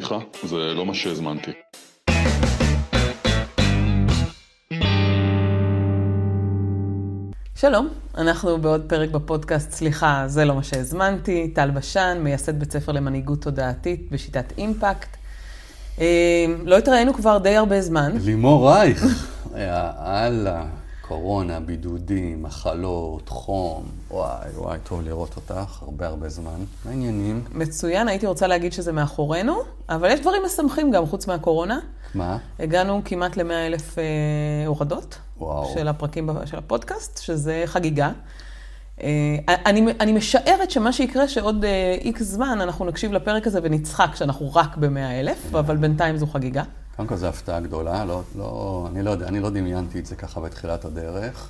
סליחה, זה לא מה שהזמנתי. שלום, אנחנו בעוד פרק בפודקאסט סליחה, זה לא מה שהזמנתי, טל בשן, מייסד בית ספר למנהיגות תודעתית בשיטת אימפקט. לא התראינו כבר די הרבה זמן. לימור רייך, יאללה, קורונה, בידודים, מחלות, חום, וואי, טוב לראות אותך, הרבה זמן. מה העניינים? מצוין, הייתי רוצה להגיד שזה מאחורינו, אבל יש דברים משמחים גם חוץ מהקורונה. מה? הגענו כמעט ל100,000 הורדות של הפרקים של הפודקאסט, שזה חגיגה. אני משערת שמה שיקרה שעוד איקס זמן אנחנו נקשיב לפרק הזה ונצחק שאנחנו רק ב100,000, אבל בינתיים זו חגיגה. קודם כל זו הפתעה גדולה, אני לא דמיינתי את זה ככה בתחילת הדרך.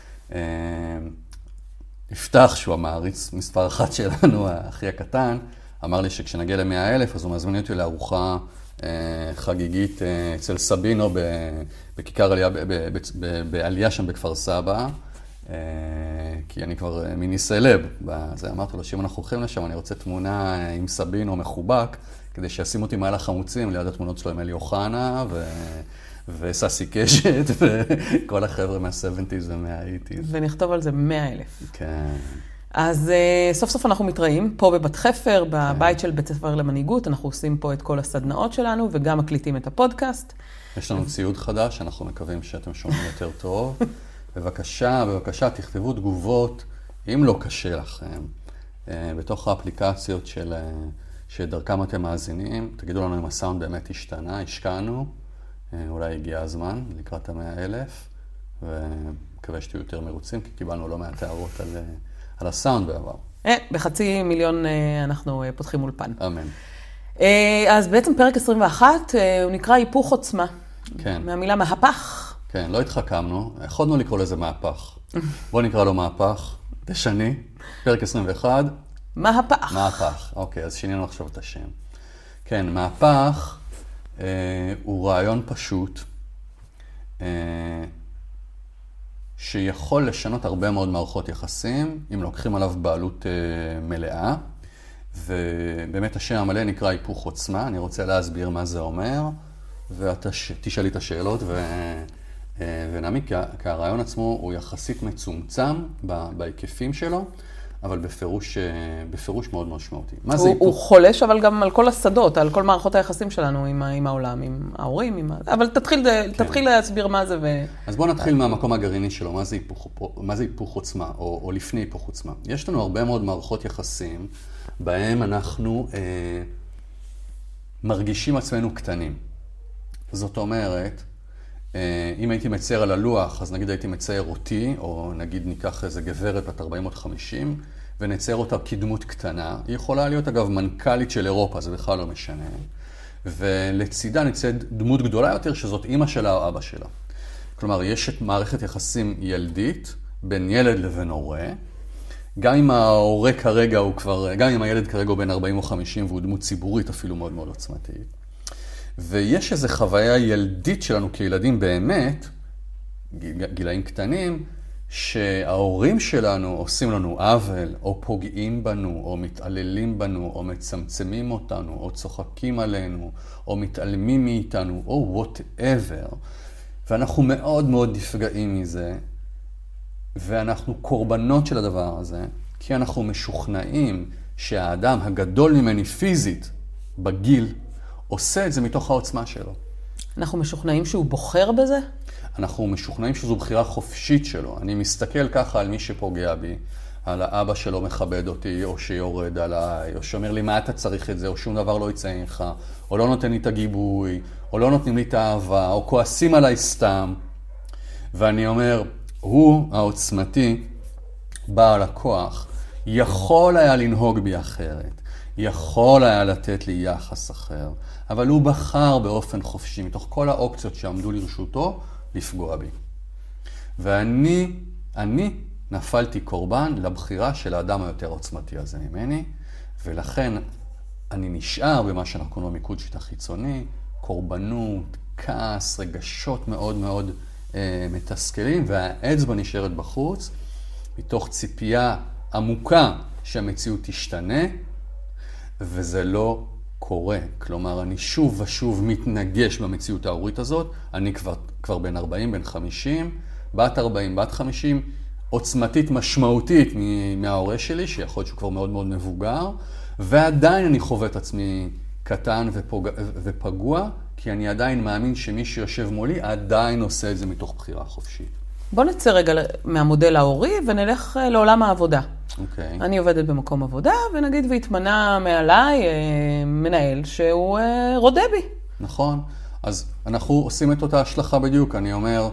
יפתח, שהוא המעריץ מספר אחת שלנו, הכי הקטן, אמר לי שכשנגיע ל100,000 אז הוא מזמין אותי לארוחה חגיגית אצל סבינו בכיכר עלייה, בעלייה שם בכפר סבא, כי אני כבר מיני סלב. אז אמרתי לו שאם אנחנו הולכים לשם, אני רוצה תמונה עם סבינו מחובק, כדי שישים אותי מעל החמוצים, ליד התמונות שלו עם אלי אוחנה וססי קשת, וכל החבר'ה מה-70s ומה-80s. ונכתוב על זה 100,000. כן. אז סוף סוף אנחנו מתראים פה בבת חפר, בבית של בית ספר למנהיגות, אנחנו עושים פה את כל הסדנאות שלנו, וגם מקליטים את הפודקאסט. יש לנו ציוד חדש, אנחנו מקווים שאתם שומעים יותר טוב. בבקשה, תכתבו תגובות, אם לא קשה לכם, בתוך האפליקציות שדרכם אתם מאזינים, תגידו לנו אם הסאונד באמת השתנה, השקענו, אולי הגיע הזמן לקראת 100,000, ומקווה שתהיו יותר מרוצים, כי קיבלנו לא מעט הערות על הסאונד בעבר. ב500,000 אנחנו פותחים אולפן. אמן. אז בעצם פרק 21, הוא נקרא היפוך עוצמה. כן. מהמילה מהפך. כן, לא התחכמנו, יכולנו לקרוא לזה מהפך. בוא נקרא לו מהפך, תשני, פרק 21. מהפך, אוקיי, אז שינינו עכשיו את השם. כן, מהפך הוא רעיון פשוט, שיכול לשנות הרבה מאוד מערכות יחסים, אם לוקחים עליו בעלות מלאה, ובאמת השם המלא נקרא היפוך עוצמה, אני רוצה להסביר מה זה אומר, ואתה תשאלי את השאלות ונעמיק, כי הרעיון עצמו הוא יחסית מצומצם בהיקפים שלו, אבל בפירוש מאוד משמעותי. מה זה היפוך? הוא חולש אבל גם על כל השדות, על כל מערכות היחסים שלנו עם העולם, עם ההורים, אבל תתחיל להסביר מה זה. אז בואו נתחיל מהמקום הגרעיני שלו, מה זה היפוך עוצמה, או לפני היפוך עוצמה. יש לנו הרבה מאוד מערכות יחסים, בהם אנחנו מרגישים עצמנו קטנים. זאת אומרת, אם הייתי מצייר על הלוח, אז נגיד הייתי מצייר אותי, או נגיד ניקח איזה גברת בת 450, ונצייר אותה כדמות קטנה. היא יכולה להיות אגב מנכ"לית של אירופה, זה בכלל לא משנה. ולצידה נצייר דמות גדולה יותר, שזאת אמא שלה או אבא שלה. כלומר, יש את מערכת יחסים ילדית, בין ילד לבין הורה. גם אם ההורה כרגע הוא גם אם הילד כרגע הוא בין 40 או 50, והוא דמות ציבורית אפילו מאוד מאוד עוצמתית. ויש איזו חוויה ילדית שלנו כילדים באמת, גילאים קטנים, שההורים שלנו עושים לנו עוול, או פוגעים בנו, או מתעללים בנו, או מצמצמים אותנו, או צוחקים עלינו, או מתעלמים מאיתנו, או whatever. ואנחנו מאוד מאוד נפגעים מזה, ואנחנו קורבנות של הדבר הזה, כי אנחנו משוכנעים שהאדם הגדול ממני פיזית בגיל, עושה את זה מתוך העוצמה שלו. אנחנו משוכנעים שהוא בוחר בזה? אנחנו משוכנעים שזו בחירה חופשית שלו. אני מסתכל ככה על מי שפוגע בי, על האבא שלו מכבד אותי, או שיורד עליי, או שאומר לי מה אתה צריך את זה, או שום דבר לא יצא ממך, או לא נותן לי את הגיבוי, או לא נותנים לי את האהבה, או כועסים עליי סתם. ואני אומר, הוא העוצמתי, בעל הכוח, יכול היה לנהוג בי אחרת. יכול היה לתת לי יחס אחר, אבל הוא בחר באופן חופשי, מתוך כל האופציות שעמדו לרשותו, לפגוע בי. ואני נפלתי קורבן לבחירה של האדם היותר עוצמתי הזה ממני, ולכן אני נשאר במה שאנחנו קוראים מיקוד שיטה חיצוני, קורבנות, כעס, רגשות מאוד מאוד מתסכלים, והאצבע נשארת בחוץ, מתוך ציפייה עמוקה שהמציאות תשתנה, וזה לא קורה. כלומר, אני שוב ושוב מתנגש במציאות ההורית הזאת. אני כבר בן 40, בן 50, בת 40, בת 50, עוצמתית משמעותית מההורה שלי, שיכול להיות שהוא כבר מאוד מאוד מבוגר, ועדיין אני חווה את עצמי קטן ופגוע, כי אני עדיין מאמין שמי שיושב מולי עדיין עושה את זה מתוך בחירה חופשית. בוא נצא רגע מהמודל ההורי ונלך לעולם העבודה. אוקיי. אני עובדת במקום עבודה, ונגיד והתמנה מעליי מנהל שהוא רודה בי. נכון. אז אנחנו עושים את אותה השלכה בדיוק. אני אומר,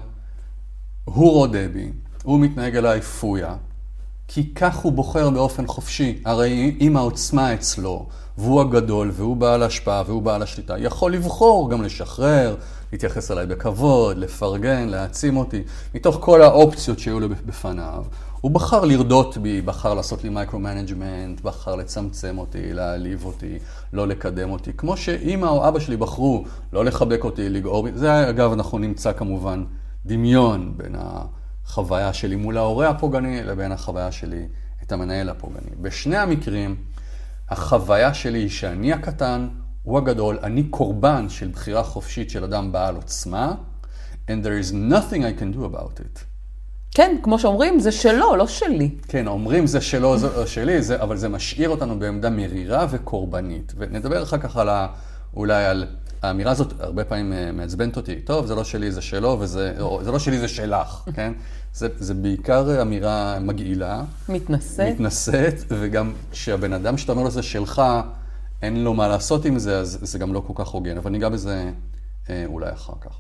הוא רודה בי, הוא מתנהג אליי פויה, כי כך הוא בוחר באופן חופשי. הרי אם העוצמה אצלו, והוא הגדול, והוא בעל השפעה, והוא בעל השליטה, יכול לבחור גם לשחרר, להתייחס אליי בכבוד, לפרגן, להעצים אותי. מתוך כל האופציות שהיו לו בפניו, הוא בחר לרדות בי, בחר לעשות לי מייקרו-מנג'מנט, בחר לצמצם אותי, להעליב אותי, לא לקדם אותי. כמו שאמא או אבא שלי בחרו לא לחבק אותי, לגעור בי. זה, אגב, אנחנו נמצא כמובן דמיון בין החוויה שלי מול ההורה הפוגעני לבין החוויה שלי את המנהל הפוגעני. בשני המקרים, החוויה שלי היא שאני הקטן, הוא הגדול, אני קורבן של בחירה חופשית של אדם בעל עוצמה, and there is nothing I can do about it. כן, כמו שאומרים, זה שלו, לא שלי. כן, אומרים זה שלו, זה שלי, אבל זה משאיר אותנו בעמדה מרירה וקורבנית. ונדבר אחר כך אולי על האמירה הזאת, הרבה פעמים מעצבנת אותי. טוב, זה לא שלי, זה שלו, זה לא שלי, זה שלך, כן? זה בעיקר אמירה מגעילה. מתנשאת, וגם כשהבן אדם שאתה אומר לו זה שלך, אין לו מה לעשות עם זה, אז זה גם לא כל כך הוגן. אבל ניגע בזה אולי אחר כך.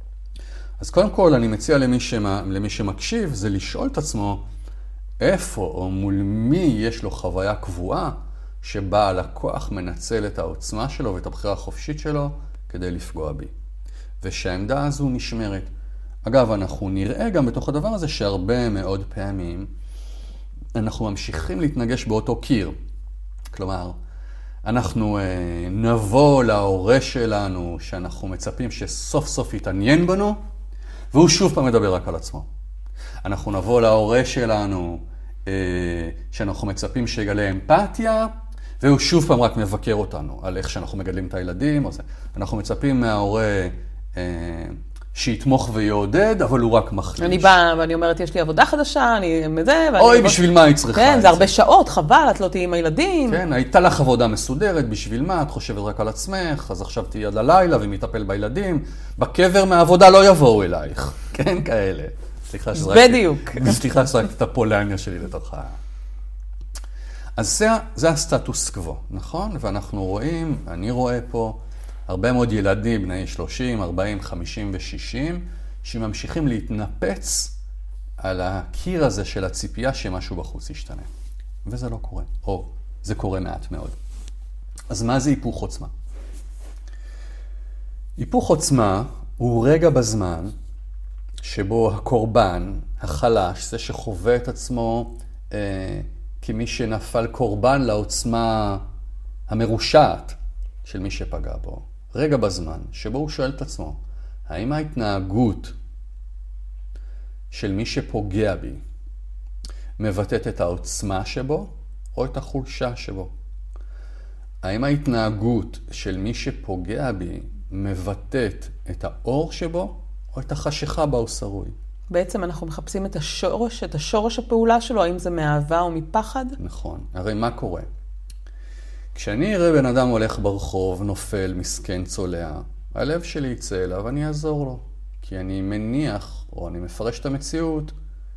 אז קודם כל, אני מציע למי שמקשיב, זה לשאול את עצמו, איפה או מול מי יש לו חוויה קבועה, שבה הלקוח מנצל את העוצמה שלו ואת הבחירה החופשית שלו, כדי לפגוע בי. ושהעמדה הזו נשמרת. אגב, אנחנו נראה גם בתוך הדבר הזה, שהרבה מאוד פעמים, אנחנו ממשיכים להתנגש באותו קיר. כלומר, אנחנו נבוא להורה שלנו, שאנחנו מצפים שסוף סוף יתעניין בנו, והוא שוב פעם מדבר רק על עצמו. אנחנו נבוא להורה שלנו, שאנחנו מצפים שיגלה אמפתיה, והוא שוב פעם רק מבקר אותנו, על איך שאנחנו מגדלים את הילדים, או זה. אנחנו מצפים מההורה שיתמוך ויעודד, אבל הוא רק מחליש. אני באה ואני אומרת, יש לי עבודה חדשה, אני מזה, אוי, בשביל מה היא צריכה את זה? כן, זה הרבה שעות, חבל, את לא תהיי עם הילדים. כן, הייתה לך עבודה מסודרת, בשביל מה? את חושבת רק על עצמך, אז עכשיו תהיי עד הלילה ומטפל בילדים. בקבר מהעבודה לא יבואו אלייך. כן, כאלה. בדיוק. סליחה שרקת את הפולניה שלי לתוך אז זה הסטטוס קוו, נכון? ואנחנו רואים, אני רואה פה, הרבה מאוד ילדים, בני 30, 40, 50 ו-60, שממשיכים להתנפץ על הקיר הזה של הציפייה שמשהו בחוץ ישתנה. וזה לא קורה, או זה קורה מעט מאוד. אז מה זה היפוך עוצמה? היפוך עוצמה הוא רגע בזמן שבו הקורבן, החלש, זה שחווה את עצמו כמי שנפל קורבן לעוצמה המרושעת של מי שפגע בו. רגע בזמן שבו הוא שואל את עצמו, האם ההתנהגות של מי שפוגע בי מבטאת את העוצמה שבו או את החולשה שבו? האם ההתנהגות של מי שפוגע בי מבטאת את האור שבו או את החשיכה בה הוא שרוי? בעצם אנחנו מחפשים את השורש הפעולה שלו, האם זה מאהבה או מפחד? נכון. הרי מה קורה? כשאני אראה בן אדם הולך ברחוב, נופל, מסכן, צולע, הלב שלי יצא אליו ואני אעזור לו. כי אני מניח, או אני מפרש את המציאות,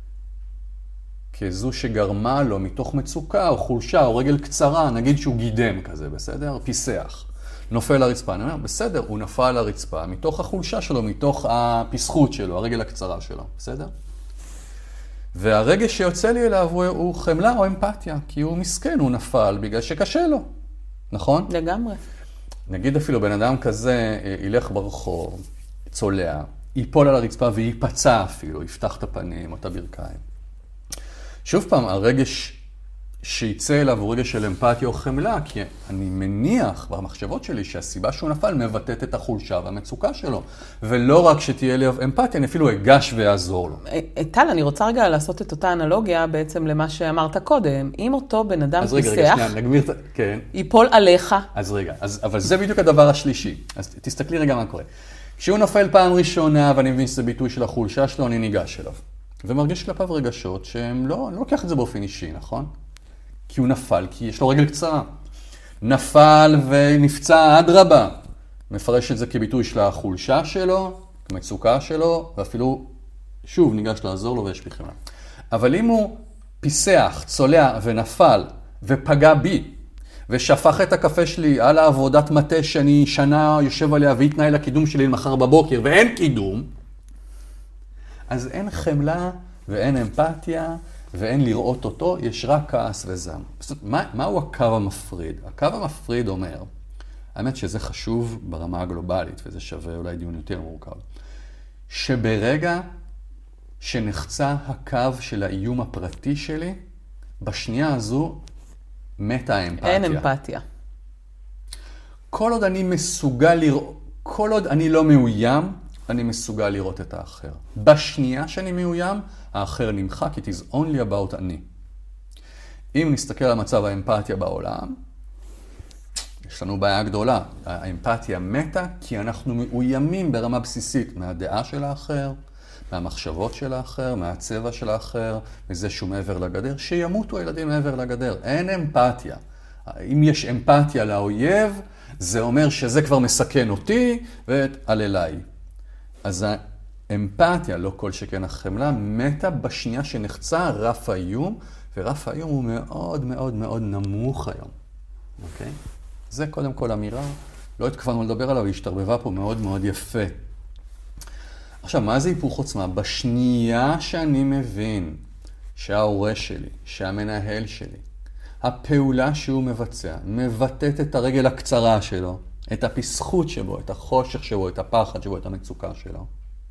כזו שגרמה לו מתוך מצוקה או חולשה או רגל קצרה, נגיד שהוא גידם כזה, בסדר? פיסח. נופל לרצפה. אני אומר, בסדר, הוא נפל לרצפה מתוך החולשה שלו, מתוך הפסחות שלו, הרגל הקצרה שלו, בסדר? והרגש שיוצא לי אליו הוא חמלה או אמפתיה, כי הוא מסכן, הוא נפל בגלל שקשה לו, נכון? לגמרי. נגיד אפילו בן אדם כזה ילך ברחוב, צולע, ייפול על הרצפה וייפצע אפילו, יפתח את הפנים או את הברכיים. שוב פעם, הרגש שיצא אליו הוא רגש של אמפתיה או חמלה, כי אני מניח במחשבות שלי שהסיבה שהוא נפל מבטאת את החולשה והמצוקה שלו. ולא רק שתהיה לי אמפתיה, אני אפילו אגש ויעזור לו. טל, אני רוצה רגע לעשות את אותה אנלוגיה בעצם למה שאמרת קודם. אם אותו בן אדם פיסח, שנייה, נגמיר, כן. ייפול עליך. אז רגע, אבל זה בדיוק הדבר השלישי. אז תסתכלי רגע מה קורה. כשהוא נופל פעם ראשונה, ואני מבין שזה ביטוי של החולשה שלו, אני ניגש אליו. ומרגיש כלפיו רגשות שהם לא לוקח את זה באופן אישי, נכון? כי הוא נפל, כי יש לו רגל קצרה. נפל ונפצע עד רבה. מפרש את זה כביטוי של החולשה שלו, כמצוקה שלו, ואפילו שוב ניגש לעזור לו ויש בכלל. אבל אם הוא פיסח, צולע ונפל ופגע בי, ושפך את הקפה שלי על העבודת מטה שאני שנה יושב עליה והתנאי לקידום שלי למחר בבוקר, ואין קידום, אז אין חמלה ואין אמפתיה ואין לראות אותו, יש רק כעס וזעם. מהו הקו המפריד? הקו המפריד אומר, האמת שזה חשוב ברמה הגלובלית, וזה שווה אולי דיון יותר מורכב, שברגע שנחצה הקו של האיום הפרטי שלי, בשנייה הזו מתה האמפתיה. אין אמפתיה. כל עוד אני מסוגל לראות, כל עוד אני לא מאוים, אני מסוגל לראות את האחר. בשנייה שאני מאוים, האחר נמחק, it is only about אני. אם נסתכל על מצב האמפתיה בעולם, יש לנו בעיה גדולה. האמפתיה מתה כי אנחנו מאוימים ברמה בסיסית מהדעה של האחר, מהמחשבות של האחר, מהצבע של האחר, מזה שהוא מעבר לגדר, שימותו הילדים מעבר לגדר. אין אמפתיה. אם יש אמפתיה לאויב, זה אומר שזה כבר מסכן אותי ועל אליי. אז האמפתיה, לא כל שכן החמלה, מתה בשנייה שנחצה רף האיום, ורף האיום הוא מאוד מאוד מאוד נמוך היום. אוקיי? זה קודם כל אמירה, לא התכוונו לדבר עליו, היא השתרבבה פה מאוד מאוד יפה. עכשיו, מה זה היפוך עוצמה? בשנייה שאני מבין שההורה שלי, שהמנהל שלי, הפעולה שהוא מבצע, מבטאת את הרגל הקצרה שלו, את הפסחות שבו, את החושך שבו, את הפחד שבו, את המצוקה שלו.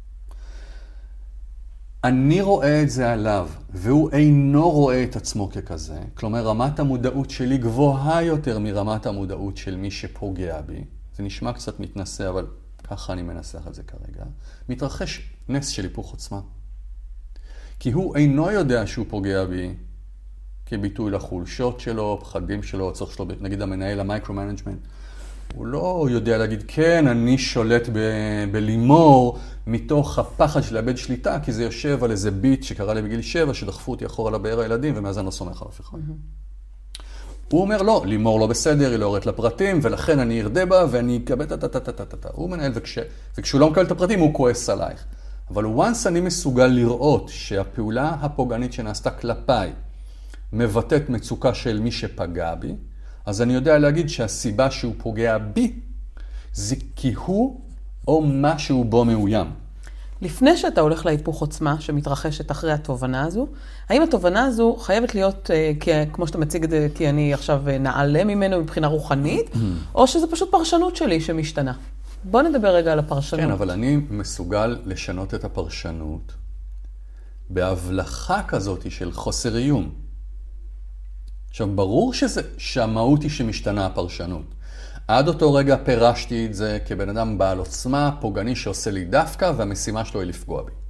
אני רואה את זה עליו, והוא אינו רואה את עצמו ככזה. כלומר, רמת המודעות שלי גבוהה יותר מרמת המודעות של מי שפוגע בי. זה נשמע קצת מתנשא, אבל ככה אני מנסח את זה כרגע. מתרחש נס של היפוך עוצמה. כי הוא אינו יודע שהוא פוגע בי כביטוי לחולשות שלו, פחדים שלו, צורך שלו, נגיד המנהל, המייקרו-מנג'מנט. הוא לא יודע להגיד, כן, אני שולט בלימור מתוך הפחד של לאבד שליטה, כי זה יושב על איזה ביט שקרה לי בגיל 7, שדחפו אותי אחורה לבאר הילדים, ומאז אני לא סומך על אף אחד. הוא אומר, לא, לימור לא בסדר, היא לא הוראת לפרטים, ולכן אני ארדה בה, ואני אקבל טה. הוא מנהל, וכשהוא לא מקבל את הפרטים, הוא כועס עלייך. אבל once אני מסוגל לראות שהפעולה הפוגענית שנעשתה כלפיי, מבטאת מצוקה של מי שפגע בי, אז אני יודע להגיד שהסיבה שהוא פוגע בי, זה כי הוא או משהו בו מאוים. לפני שאתה הולך להיפוך עוצמה שמתרחשת אחרי התובנה הזו, האם התובנה הזו חייבת להיות, כמו שאתה מציג את זה, כי אני עכשיו נעלה ממנו מבחינה רוחנית, או שזה פשוט פרשנות שלי שמשתנה? בוא נדבר רגע על הפרשנות. כן, אבל אני מסוגל לשנות את הפרשנות בהבלחה כזאת של חוסר איום. עכשיו, ברור שהמהות היא שמשתנה הפרשנות. עד אותו רגע פירשתי את זה כבן אדם בעל עוצמה, פוגעני שעושה לי דווקא, והמשימה שלו היא לפגוע בי.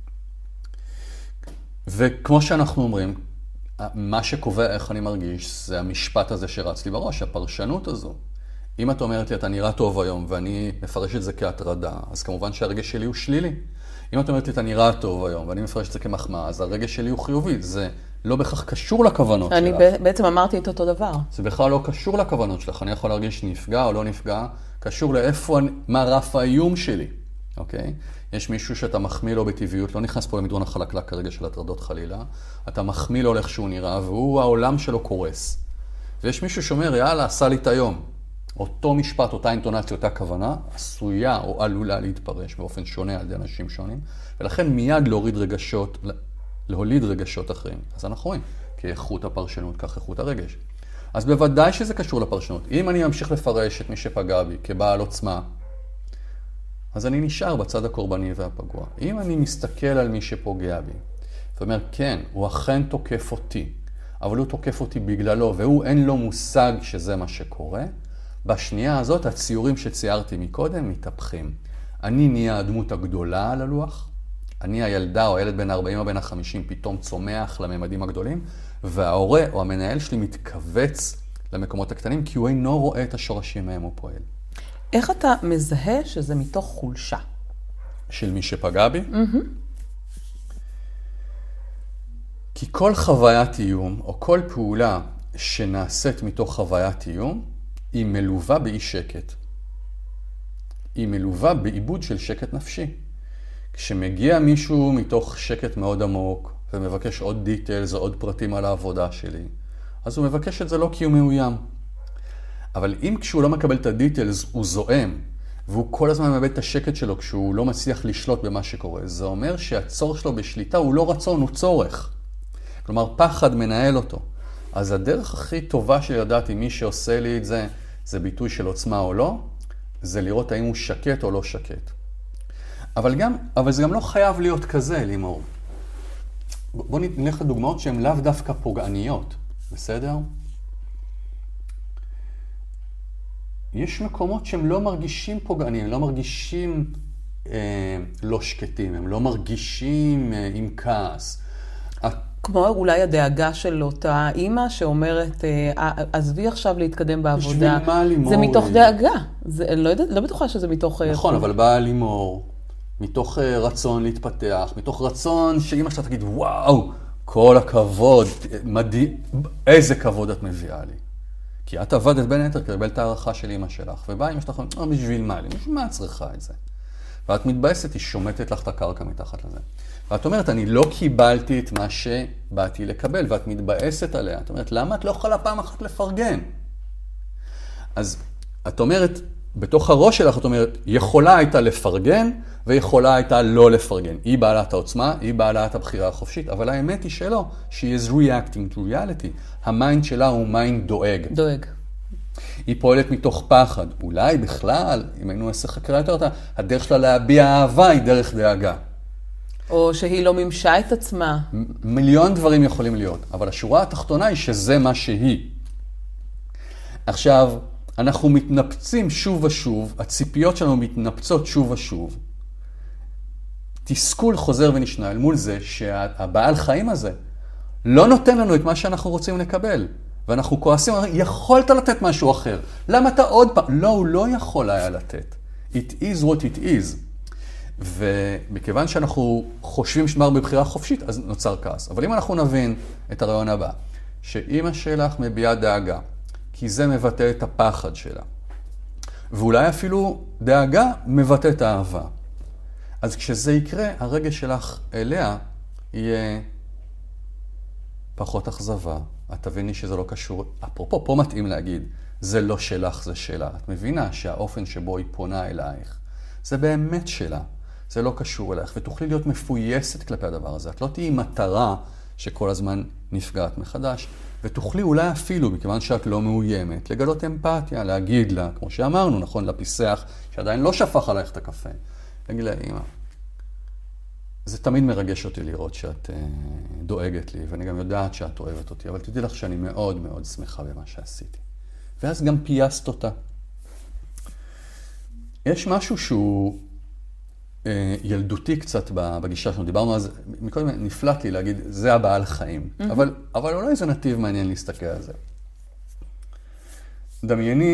וכמו שאנחנו אומרים, מה שקובע איך אני מרגיש, זה המשפט הזה שרץ לי בראש, הפרשנות הזו. אם את אומרת לי, אתה נראה טוב היום, ואני מפרש את זה כהטרדה, אז כמובן שהרגש שלי הוא שלילי. אם את אומרת לי, אתה נראה טוב היום, ואני מפרש את זה כמחמאה, אז הרגש שלי הוא חיובי. זה לא בכך קשור לכוונות אני שלך. אני בעצם אמרתי את אותו דבר. זה בכלל לא קשור לכוונות שלך. אני יכול להרגיש נפגע או לא נפגע, קשור לאיפה, מה רף האיום שלי. אוקיי? יש מישהו שאתה מחמיא לו בטבעיות, לא נכנס פה למדרון החלקלק כרגע של הטרדות חלילה, אתה מחמיא לו איך שהוא נראה, והוא העולם שלו קורס. ויש מישהו שאומר, יאללה, עשה לי את היום. אותו משפט, אותה אינטונציה, אותה כוונה, עשויה או עלולה להתפרש באופן שונה על ידי אנשים שונים, ולכן מיד להוליד רגשות אחרים. אז אנחנו רואים, כאיכות הפרשנות, כך איכות הרגש. אז בוודאי שזה קשור לפרשנות. אם אני ממשיך לפרש את מי שפגע בי כבעל עוצמה, אז אני נשאר בצד הקורבני והפגוע. אם אני מסתכל על מי שפוגע בי, ואומר, כן, הוא אכן תוקף אותי, אבל הוא תוקף אותי בגללו, והוא אין לו מושג שזה מה שקורה. בשנייה הזאת, הציורים שציירתי מקודם מתהפכים. אני נהיה הדמות הגדולה על הלוח, אני הילדה או הילד בן 40 או בן 50 פתאום צומח לממדים הגדולים, וההורה או המנהל שלי מתכווץ למקומות הקטנים, כי הוא אינו רואה את השורשים מהם הוא פועל. איך אתה מזהה שזה מתוך חולשה? של מי שפגע בי? כי כל חוויית איום, או כל פעולה שנעשית מתוך חוויית איום, היא מלווה באי שקט. היא מלווה בעיבוד של שקט נפשי. כשמגיע מישהו מתוך שקט מאוד עמוק, ומבקש עוד דיטלס או עוד פרטים על העבודה שלי, אז הוא מבקש את זה לא כי הוא מאוים. אבל אם כשהוא לא מקבל את הדיטלס, הוא זועם, והוא כל הזמן מאבד את השקט שלו כשהוא לא מצליח לשלוט במה שקורה, זה אומר שהצורך שלו בשליטה הוא לא רצון, הוא צורך. כלומר, פחד מנהל אותו. אז הדרך הכי טובה שיודעת אם מי שעושה לי את זה, זה ביטוי של עוצמה או לא, זה לראות האם הוא שקט או לא שקט. אבל זה גם לא חייב להיות כזה, לימור. בוא נלך לדוגמאות שהן לאו דווקא פוגעניות, בסדר? יש מקומות שהם לא מרגישים פוגעניים, לא מרגישים לא שקטים, הם לא מרגישים עם כעס. כמו אולי הדאגה של אותה אימא שאומרת, עזבי עכשיו להתקדם בעבודה. בשביל מה לימור? זה מתוך דאגה. אני לא בטוחה שזה מתוך... נכון, אבל באה לימור, מתוך רצון להתפתח, מתוך רצון שאימא שלה תגיד, וואו, כל הכבוד, איזה כבוד את מביאה לי. כי את עבדת בין היתר כדי לקבל את הערכה של אמא שלך, ובאה אמא שלך, בשביל מה לי? בשביל מה את צריכה את זה? ואת מתבאסת, היא שומטת לך את הקרקע מתחת לזה. ואת אומרת, אני לא קיבלתי את מה שבאתי לקבל, ואת מתבאסת עליה. את אומרת, למה את לא יכולה פעם אחת לפרגן? אז את אומרת, בתוך הראש שלך, את אומרת, יכולה הייתה לפרגן, ויכולה הייתה לא לפרגן. היא בעלת העוצמה, היא בעלת הבחירה החופשית, אבל האמת היא שלא, she is reacting to reality. המיינד שלה הוא מיינד דואג. דואג. היא פועלת מתוך פחד. אולי בכלל, אם היינו עושה חקרה יותר אותה, הדרך שלה להביע אהבה היא דרך דאגה. או שהיא לא מימשה את עצמה. מיליון דברים יכולים להיות, אבל השורה התחתונה היא שזה מה שהיא. עכשיו, אנחנו מתנפצים שוב ושוב, הציפיות שלנו מתנפצות שוב ושוב. תסכול חוזר ונשנה אל מול זה שהבעל חיים הזה לא נותן לנו את מה שאנחנו רוצים לקבל. ואנחנו כועסים, יכולת לתת משהו אחר. למה אתה עוד פעם? לא, הוא לא יכול היה לתת. It is what it is. ומכיוון שאנחנו חושבים שמר בבחירה חופשית, אז נוצר כעס. אבל אם אנחנו נבין את הרעיון הבא, שאמא שלך מביעה דאגה, כי זה מבטא את הפחד שלה, ואולי אפילו דאגה מבטא את האהבה. אז כשזה יקרה, הרגש שלך אליה יהיה פחות אכזבה. את תביני שזה לא קשור. אפרופו, פה מתאים להגיד, זה לא שלך, זה שלה. את מבינה שהאופן שבו היא פונה אלייך, זה באמת שלה. זה לא קשור אלייך, ותוכלי להיות מפויסת כלפי הדבר הזה. את לא תהיי מטרה שכל הזמן נפגעת מחדש, ותוכלי אולי אפילו, מכיוון שאת לא מאוימת, לגלות אמפתיה, להגיד לה, כמו שאמרנו, נכון, לפיסח, שעדיין לא שפך עלייך את הקפה. להגיד לה, אמא, זה תמיד מרגש אותי לראות שאת דואגת לי, ואני גם יודעת שאת אוהבת אותי, אבל תדעי לך שאני מאוד מאוד שמחה במה שעשיתי. ואז גם פייסת אותה. יש משהו שהוא ילדותי קצת בגישה שלנו, דיברנו על זה, מקודם נפלט לי להגיד, זה הבעל חיים. אבל אולי זה נתיב מעניין להסתכל על זה. דמייני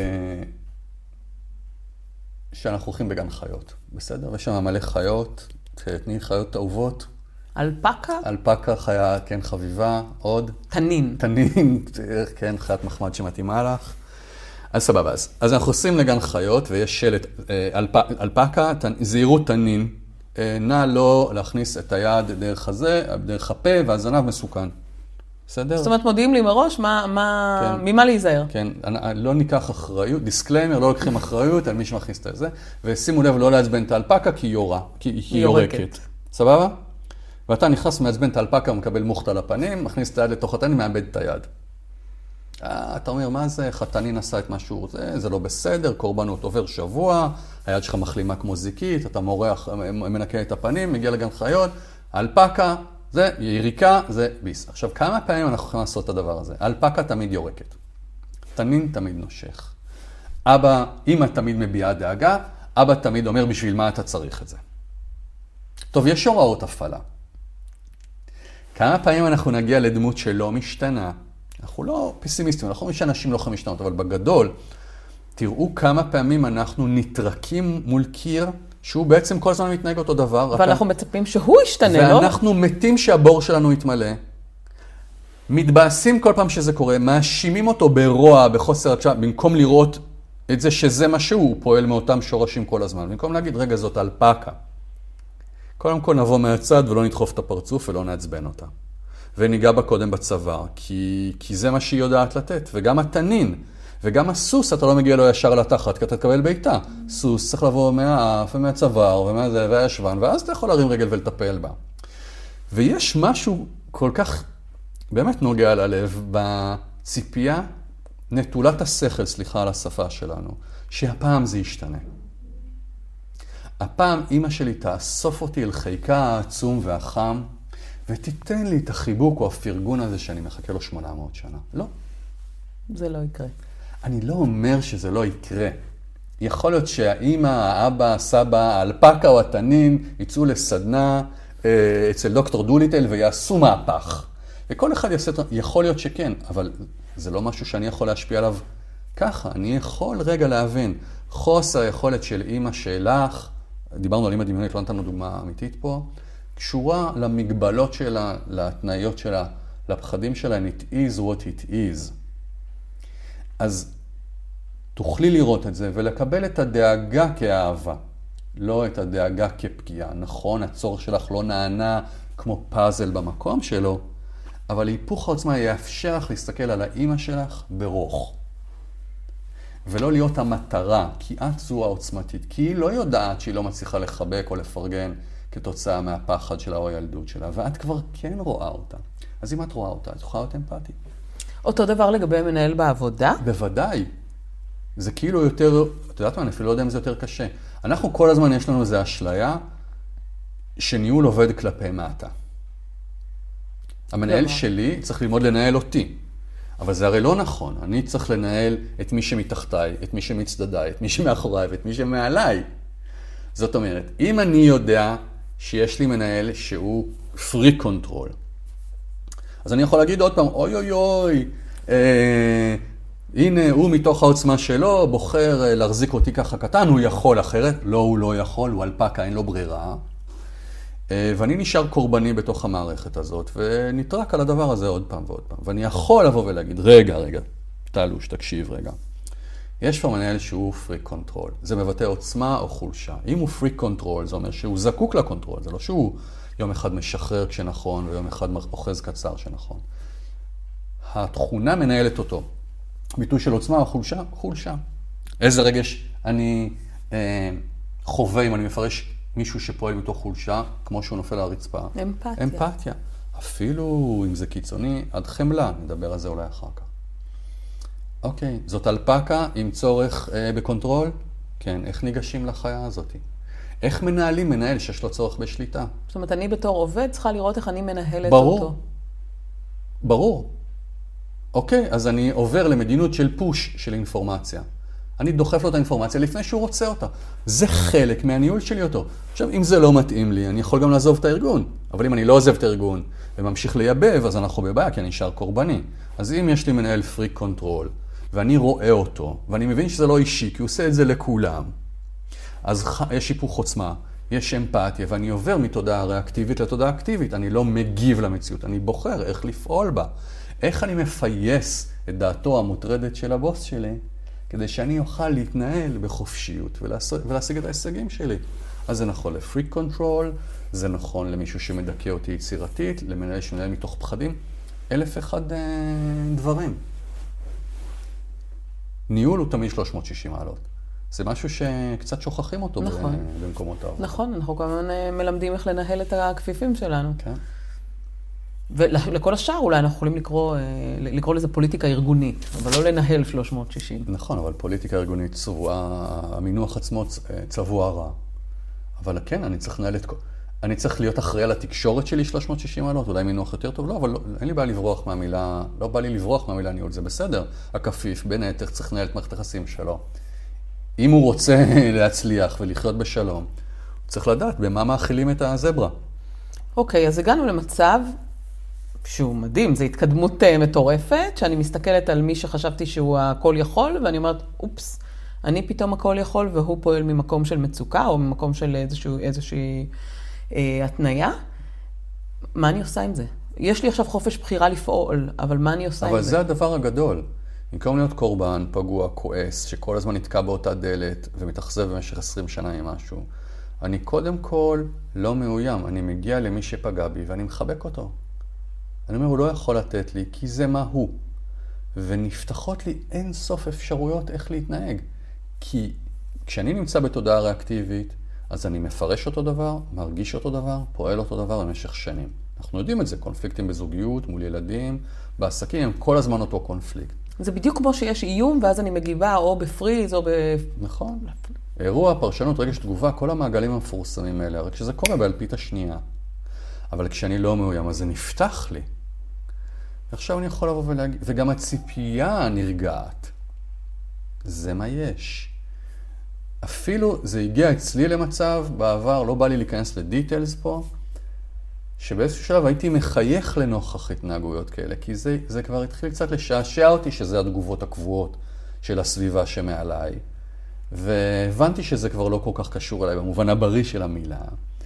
שאנחנו הולכים בגן חיות, בסדר? ויש שם מלא חיות, תני חיות אהובות. אלפקה? אלפקה, חיה, כן, חביבה, עוד. תנין. תנין, כן, חיית מחמד שמתאימה לך. אז סבבה, אז אנחנו עושים לגן חיות, ויש שלט, אלפקה, זהירות תנין, נא לא להכניס את היד דרך הזה, דרך הפה, והזנב מסוכן. בסדר? זאת אומרת, מודיעים לי מראש ממה להיזהר. כן, לא ניקח אחריות, דיסקליימר, לא לוקחים אחריות על מי שמכניס את זה, ושימו לב לא להצבן את האלפקה כי היא יורקת. סבבה? ואתה נכנס מעצבן את האלפקה, מקבל מוכת על הפנים, מכניס את היד לתוך התנין, מאבד את היד. אתה אומר, מה זה? חתנין עשה את משהו, זה לא בסדר, קורבנות עובר שבוע, היד שלך מחלימה כמו זיקית, אתה מורח, מנקה את הפנים, מגיע לגן חיות, האלפקה, זה יריקה, זה ביס. עכשיו, כמה פעמים אנחנו יכולים לעשות את הדבר הזה? אלפקה תמיד יורקת. תנין תמיד נושך. אמא תמיד מביעה דאגה, אבא תמיד אומר בשביל מה אתה צריך את זה. טוב, יש הוראות הפעלה. כמה פעמים אנחנו נגיע לדמות שלא משתנה. אנחנו לא פסימיסטים, אנחנו אומרים שאנשים לא יכולים להשתנות, אבל בגדול, תראו כמה פעמים אנחנו נתרקים מול קיר, שהוא בעצם כל הזמן מתנהג אותו דבר. ואנחנו מצפים שהוא ישתנה, לא? ואנחנו מתים שהבור שלנו יתמלא. מתבאסים כל פעם שזה קורה, מאשימים אותו ברוע, בחוסר התשעה, במקום לראות את זה שזה מה שהוא פועל מאותם שורשים כל הזמן. במקום להגיד, רגע, זאת אלפקה. קודם כל נבוא מהצד ולא נדחוף את הפרצוף ולא נעצבן אותה. וניגע בה קודם בצוואר, כי זה מה שהיא יודעת לתת. וגם התנין, וגם הסוס, אתה לא מגיע לו ישר לתחת, כי אתה תקבל ביתה. סוס צריך לבוא מהאף ומהצוואר ומהזה והישבן, ואז אתה יכול להרים רגל ולטפל בה. ויש משהו כל כך באמת נוגע ללב בציפייה נטולת השכל, סליחה על השפה שלנו, שהפעם זה ישתנה. הפעם אמא שלי תאסוף אותי אל חיקה העצום והחם, ותיתן לי את החיבוק או הפרגון הזה שאני מחכה לו 800 שנה. לא. זה לא יקרה. אני לא אומר שזה לא יקרה. יכול להיות שהאמא, האבא, הסבא, האלפקה או התנין יצאו לסדנה אצל דוקטור דוליטל ויעשו מהפך. וכל אחד יעשה, יכול להיות שכן, אבל זה לא משהו שאני יכול להשפיע עליו ככה. אני יכול רגע להבין חוסר היכולת של אמא שלך, דיברנו על אמא דמיונית, לא נתנו דוגמה אמיתית פה, קשורה למגבלות שלה, להתנאיות שלה, לפחדים שלה, and it is what it is. אז תוכלי לראות את זה ולקבל את הדאגה כאהבה, לא את הדאגה כפגיעה. נכון, הצורך שלך לא נענה כמו פאזל במקום שלו, אבל היפוך העוצמה יאפשר לך להסתכל על האמא שלך ברוך. ולא להיות המטרה, כי את זו העוצמתית, כי היא לא יודעת שהיא לא מצליחה לחבק או לפרגן כתוצאה מהפחד שלה או הילדות שלה, ואת כבר כן רואה אותה. אז אם את רואה אותה, את יכולה להיות אמפתית. אותו דבר לגבי מנהל בעבודה? בוודאי. זה כאילו יותר, את יודעת מה, אני אפילו לא יודע אם זה יותר קשה. אנחנו כל הזמן יש לנו איזו אשליה שניהול עובד כלפי מטה. המנהל שלי צריך ללמוד לנהל אותי. אבל זה הרי לא נכון. אני צריך לנהל את מי שמתחתיי, את מי שמצדדיי, את מי שמאחוריי ואת מי שמעליי. זאת אומרת, אם אני יודע שיש לי מנהל שהוא free control, אז אני יכול להגיד עוד פעם, אוי אוי אוי, הנה הוא מתוך העוצמה שלו בוחר להחזיק אותי ככה קטן, הוא יכול אחרת. לא, הוא לא יכול, הוא אלפקה, אין לו ברירה. ואני נשאר קורבני בתוך המערכת הזאת, ונטרק על הדבר הזה עוד פעם ועוד פעם. ואני יכול לבוא ולהגיד, רגע, תעלוש, תקשיב רגע. יש פה מנהל שהוא פרי קונטרול. זה מבטא עוצמה או חולשה. אם הוא פרי קונטרול, זה אומר שהוא זקוק לקונטרול. זה לא שהוא יום אחד משחרר כשנכון, ויום אחד אוחז קצר כשנכון. התכונה מנהלת אותו. ביטוי של עוצמה או חולשה? חולשה. איזה רגש אני חווה אם אני מפרש מישהו שפועל מתוך חולשה, כמו שהוא נופל על הרצפה. אמפתיה. אמפתיה. אפילו אם זה קיצוני, עד חמלה, נדבר על זה אולי אחר כך. אוקיי, זאת אלפקה עם צורך בקונטרול? כן, איך ניגשים לחיה הזאת? איך מנהלים מנהל שיש לו צורך בשליטה? זאת אומרת, אני בתור עובד צריכה לראות איך אני מנהלת ברור. אותו. ברור. אוקיי, אז אני עובר למדינות של פוש של אינפורמציה. אני דוחף לו את האינפורמציה לפני שהוא רוצה אותה. זה חלק מהניהול שלי אותו. עכשיו, אם זה לא מתאים לי, אני יכול גם לעזוב את הארגון. אבל אם אני לא עוזב את הארגון וממשיך לייבב, אז אנחנו בבעיה, כי אני נשאר קורבני. אז אם יש לי מנהל פרי קונטרול, ואני רואה אותו, ואני מבין שזה לא אישי, כי הוא עושה את זה לכולם, אז יש היפוך עוצמה, יש אמפתיה, ואני עובר מתודעה ריאקטיבית לתודעה אקטיבית. אני לא מגיב למציאות, אני בוחר איך לפעול בה. איך אני מפייס את דעתו המוטרדת של הבוס שלי, כדי שאני אוכל להתנהל בחופשיות ולהשיג את ההישגים שלי. אז זה נכון לפרי קונטרול, זה נכון למישהו שמדכא אותי יצירתית, למנהל שמנהל מתוך פחדים, 1001 דברים. ניהול הוא תמיד 360 מעלות. זה משהו שקצת שוכחים אותו נכון. במקומות העבודה. נכון, אנחנו כמובן מלמדים איך לנהל את הכפיפים שלנו. כן. ולכל השאר אולי אנחנו יכולים לקרוא לזה פוליטיקה ארגונית, אבל לא לנהל 360. נכון, אבל פוליטיקה ארגונית צבועה, המינוח עצמו צבוע רע. אבל כן, אני צריך לנהל את כל... אני צריך להיות אחראי על התקשורת שלי 360 מעלות, אולי מינוח יותר טוב, לא, אבל לא, אין לי בעיה לברוח מהמילה, לא בא לי לברוח מהמילה ניהול, זה בסדר. הכפיף, בין היתר, צריך לנהל את מערכת היחסים שלו. אם הוא רוצה להצליח ולחיות בשלום, הוא צריך לדעת במה מאכילים את הזברה. אוקיי, אז הגענו למצב שהוא מדהים, זו התקדמות מטורפת, שאני מסתכלת על מי שחשבתי שהוא הכל יכול, ואני אומרת, אופס, אני פתאום הכל יכול, והוא פועל ממקום של מצוקה, או ממקום של איזושהי התניה. מה אני עושה עם זה? יש לי עכשיו חופש בחירה לפעול, אבל מה אני עושה עם זה? אבל זה הדבר הגדול. במקום להיות קורבן, פגוע, כועס, שכל הזמן נתקע באותה דלת, ומתאכזב במשך 20 שנה עם משהו, אני קודם כל לא מאוים, אני מגיע למי שפגע בי, ואני מחבק אותו. אני אומר, הוא לא יכול לתת לי, כי זה מה הוא. ונפתחות לי אין סוף אפשרויות איך להתנהג. כי כשאני נמצא בתודעה ריאקטיבית, אז אני מפרש אותו דבר, מרגיש אותו דבר, פועל אותו דבר במשך שנים. אנחנו יודעים את זה, קונפליקטים בזוגיות, מול ילדים, בעסקים, הם כל הזמן אותו קונפליקט. זה בדיוק כמו שיש איום, ואז אני מגיבה או בפריז או נכון. אירוע, פרשנות, רגש תגובה, כל המעגלים המפורסמים האלה, רק שזה קורה באלפית השנייה. אבל כשאני לא מאוים, אז זה נפתח לי. עכשיו אני יכול לבוא ולהגיד, וגם הציפייה נרגעת. זה מה יש. אפילו זה הגיע אצלי למצב, בעבר, לא בא לי להיכנס לדיטלס פה, שבאיזשהו שלב הייתי מחייך לנוכח התנהגויות כאלה, כי זה כבר התחיל קצת לשעשע אותי שזה התגובות הקבועות של הסביבה שמעליי, והבנתי שזה כבר לא כל כך קשור אליי במובן הבריא של המילה,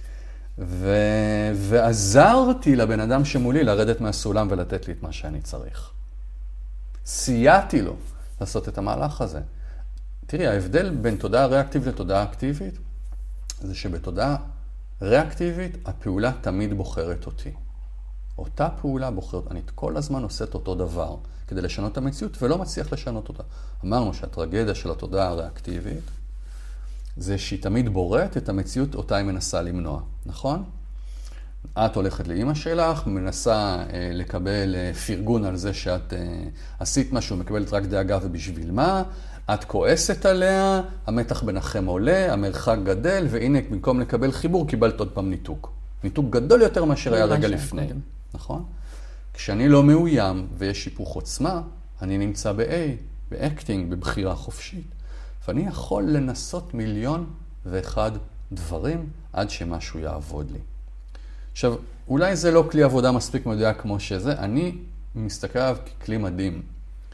ועזרתי לבן אדם שמולי לרדת מהסולם ולתת לי את מה שאני צריך. סייעתי לו לעשות את המהלך הזה. תראי, ההבדל בין תודעה ריאקטיבית לתודעה אקטיבית, זה שבתודעה ריאקטיבית, הפעולה תמיד בוחרת אותי. אותה פעולה בוחרת, אני כל הזמן עושה את אותו דבר, כדי לשנות את המציאות, ולא מצליח לשנות אותה. אמרנו שהטרגדיה של התודעה הריאקטיבית, זה שהיא תמיד בוראת את המציאות אותה היא מנסה למנוע, נכון? את הולכת לאמא שלך, מנסה לקבל פרגון על זה שאת עשית משהו, מקבלת רק דאגה ובשביל מה, את כועסת עליה, המתח ביניכם עולה, המרחק גדל, והנה במקום לקבל חיבור קיבלת עוד פעם ניתוק. ניתוק גדול יותר מאשר היה רגע לפני, נכון? כשאני לא מאוים ויש היפוך עוצמה, אני נמצא ב-A, באקטינג, בבחירה חופשית. ואני יכול לנסות 1,000,001 דברים עד שמשהו יעבוד לי. עכשיו, אולי זה לא כלי עבודה מספיק מדויק כמו שזה, אני מסתכל עליו ככלי מדהים.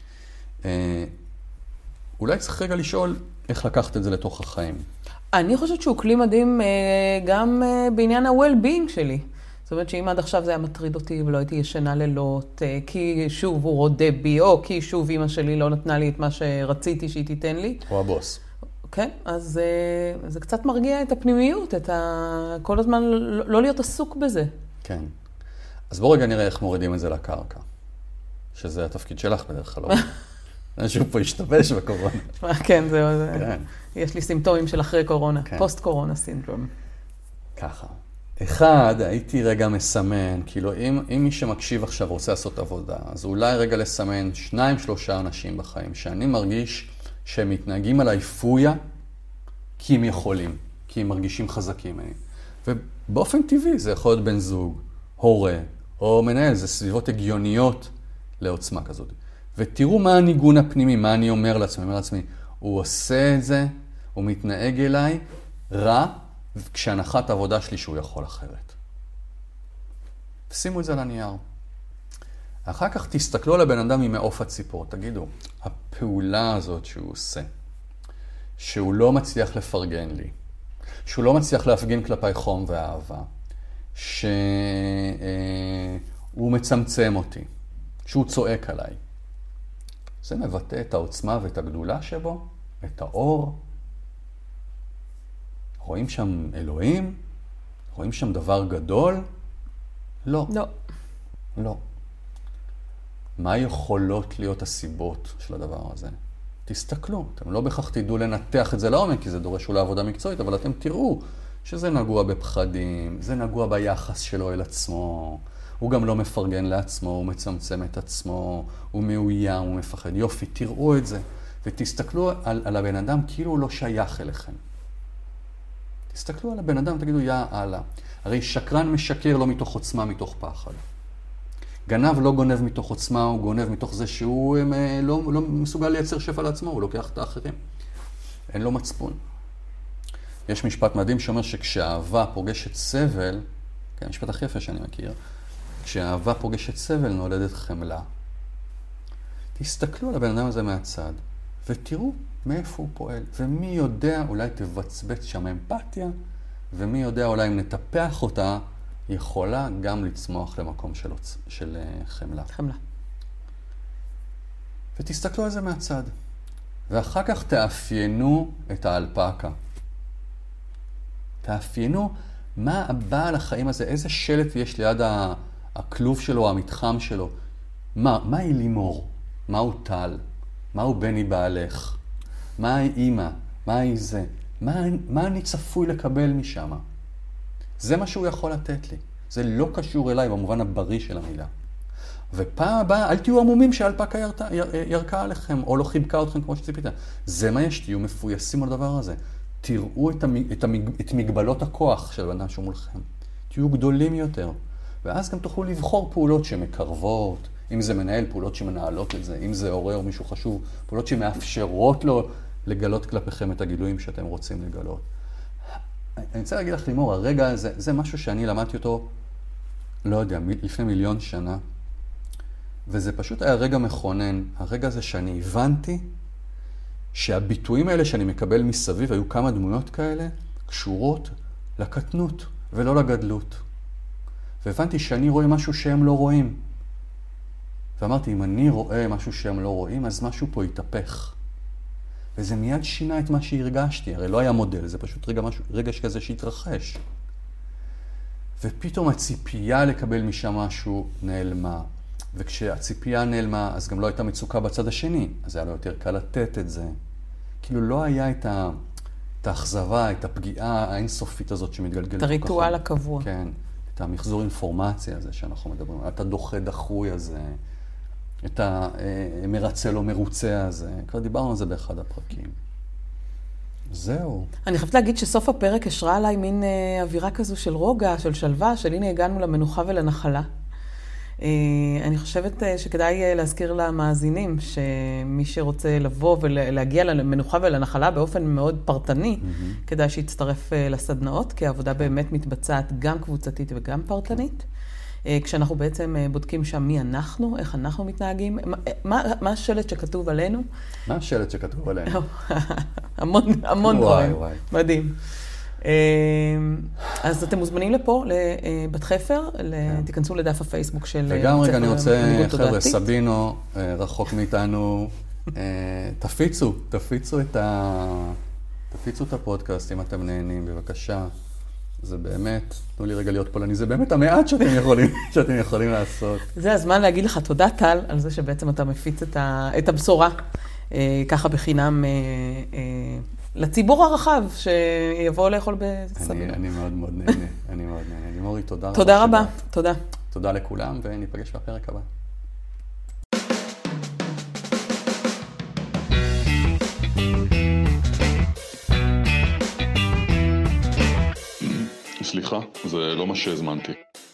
אולי צריך רגע לשאול איך לקחת את זה לתוך החיים. אני חושבת שהוא כלי מדהים גם בעניין ה-well-being שלי. זאת אומרת שאם עד עכשיו זה היה מטריד אותי ולא הייתי ישנה לילות, כי שוב הוא רודה בי, או כי שוב אמא שלי לא נתנה לי את מה שרציתי שהיא תיתן לי. או הבוס. כן, אז זה קצת מרגיע את הפנימיות, כל הזמן לא להיות עסוק בזה. כן. אז בואו רגע נראה איך מורידים את זה לקרקע. שזה התפקיד שלך בדרך כלל. משהו פה השתבש בקורונה. כן, זהו. יש לי סימפטומים של אחרי קורונה, פוסט קורונה סינדרום. ככה. אחד, הייתי רגע מסמן, כאילו אם מי שמקשיב עכשיו רוצה לעשות עבודה, אז אולי רגע לסמן 2-3 אנשים בחיים, שאני מרגיש שהם מתנהגים עליי פויה, כי הם יכולים, כי הם מרגישים חזקים. ובאופן טבעי זה יכול להיות בן זוג, הורה, או מנהל, זה סביבות הגיוניות לעוצמה כזאת. ותראו מה הניגון הפנימי, מה אני אומר לעצמי. אני אומר לעצמי, הוא עושה את זה, הוא מתנהג אליי רע, כשהנחת העבודה שלי שהוא יכול אחרת. שימו את זה על הנייר. אחר כך תסתכלו על הבן אדם ממעוף הציפור, תגידו, הפעולה הזאת שהוא עושה, שהוא לא מצליח לפרגן לי, שהוא לא מצליח להפגין כלפי חום ואהבה, שהוא מצמצם אותי, שהוא צועק עליי. זה מבטא את העוצמה ואת הגדולה שבו, את האור. רואים שם אלוהים? רואים שם דבר גדול? לא. לא. לא. מה יכולות להיות הסיבות של הדבר הזה? תסתכלו, אתם לא בכך תדעו לנתח את זה לעומק, כי זה דורש אולי עבודה מקצועית, אבל אתם תראו שזה נגוע בפחדים, זה נגוע ביחס שלו אל עצמו, הוא גם לא מפרגן לעצמו, הוא מצמצם את עצמו, הוא מאוים, הוא מפחד. יופי, תראו את זה, ותסתכלו על הבן אדם כאילו הוא לא שייך אליכם. תסתכלו על הבן אדם, תגידו, יא אללה. הרי שקרן משקר לא מתוך עוצמה, מתוך פחד. גנב לא גונב מתוך עוצמה, הוא גונב מתוך זה שהוא לא מסוגל לייצר שפע לעצמו, הוא לוקח את האחרים. אין לו מצפון. יש משפט מדהים שאומר שכשאהבה פוגשת סבל, כן, המשפט הכי יפה שאני מכיר, כשאהבה פוגשת סבל נולדת חמלה. תסתכלו על הבן אדם הזה מהצד, ותראו מאיפה הוא פועל. ומי יודע, אולי תבצבץ שם אמפתיה, ומי יודע, אולי אם נטפח אותה, יכולה גם לצמוח למקום של חמלה. חמלה. ותסתכלו על זה מהצד. ואחר כך תאפיינו את האלפקה. תאפיינו מה הבעל החיים הזה, איזה שלט יש ליד הכלוב שלו, המתחם שלו. מה היא לימור? מהו טל? מהו בני בעלך? מה היא אימא? מה היא זה? מה אני צפוי לקבל משם? זה מה שהוא יכול לתת לי. זה לא קשור אליי במובן הבריא של המילה. ופעם הבאה, אל תהיו עמומים שהאלפקה ירקה עליכם, או לא חיבקה אתכם כמו שציפית. זה מה יש, תהיו מפויסים על הדבר הזה. תראו את מגבלות הכוח של בן אדם שהוא מולכם. תהיו גדולים יותר. ואז גם תוכלו לבחור פעולות שמקרבות, אם זה מנהל, פעולות שמנהלות את זה, אם זה הורה או מישהו חשוב, פעולות שמאפשרות לו לגלות כלפיכם את הגילויים שאתם רוצים לגלות. אני רוצה להגיד לך, לימור, הרגע הזה, זה משהו שאני למדתי אותו, לא יודע, לפני 1,000,000 שנה, וזה פשוט היה רגע מכונן, הרגע הזה שאני הבנתי שהביטויים האלה שאני מקבל מסביב, היו כמה דמויות כאלה, קשורות לקטנות ולא לגדלות. והבנתי שאני רואה משהו שהם לא רואים. ואמרתי, אם אני רואה משהו שהם לא רואים, אז משהו פה יתהפך. וזה מיד שינה את מה שהרגשתי. הרי לא היה מודל, זה פשוט רגע כזה שהתרחש. ופתאום הציפייה לקבל משם משהו נעלמה. וכשהציפייה נעלמה, אז גם לא הייתה מצוקה בצד השני. אז היה לו יותר קל לתת את זה. כאילו לא היה את האכזבה, את הפגיעה האינסופית הזאת שמתגלגלת. את הריטואל הקבוע. כן. את המחזור אינפורמציה הזה שאנחנו מדברים, את הדוחה דחוי הזה, את המרצה לא מרוצה הזה. כבר דיברנו על זה באחד הפרקים. זהו. אני חייבת להגיד שסוף הפרק השרה עליי מין אווירה כזו של רוגע, של שלווה, של הנה הגענו למנוחה ולנחלה. אני חושבת שכדאי להזכיר למאזינים שמי שרוצה לבוא ולהגיע למנוחה ולנחלה באופן מאוד פרטני, כדאי שיצטרף לסדנאות, כי העבודה באמת מתבצעת גם קבוצתית וגם פרטנית. כשאנחנו בעצם בודקים שם מי אנחנו, איך אנחנו מתנהגים, מה השלט שכתוב עלינו? מה השלט שכתוב עלינו? המון דברים. מדהים. אז אתם מוזמנים לפה, לבת חפר, תיכנסו לדף הפייסבוק של... וגם רגע, אני רוצה, חבר'ה, סבינו, רחוק מאיתנו, תפיצו את הפודקאסט אם אתם נהנים, בבקשה. זה באמת, תנו לי רגע להיות פולני, זה באמת המעט שאתם יכולים לעשות. זה הזמן להגיד לך תודה, טל, על זה שבעצם אתה מפיץ את הבשורה, ככה בחינם לציבור הרחב, שיבוא לאכול בסבינו. אני מאוד מאוד נהנה, לימורי, תודה רבה. תודה רבה, תודה. תודה לכולם, וניפגש בפרק הבא. סליחה, זה לא מה שהזמנתי.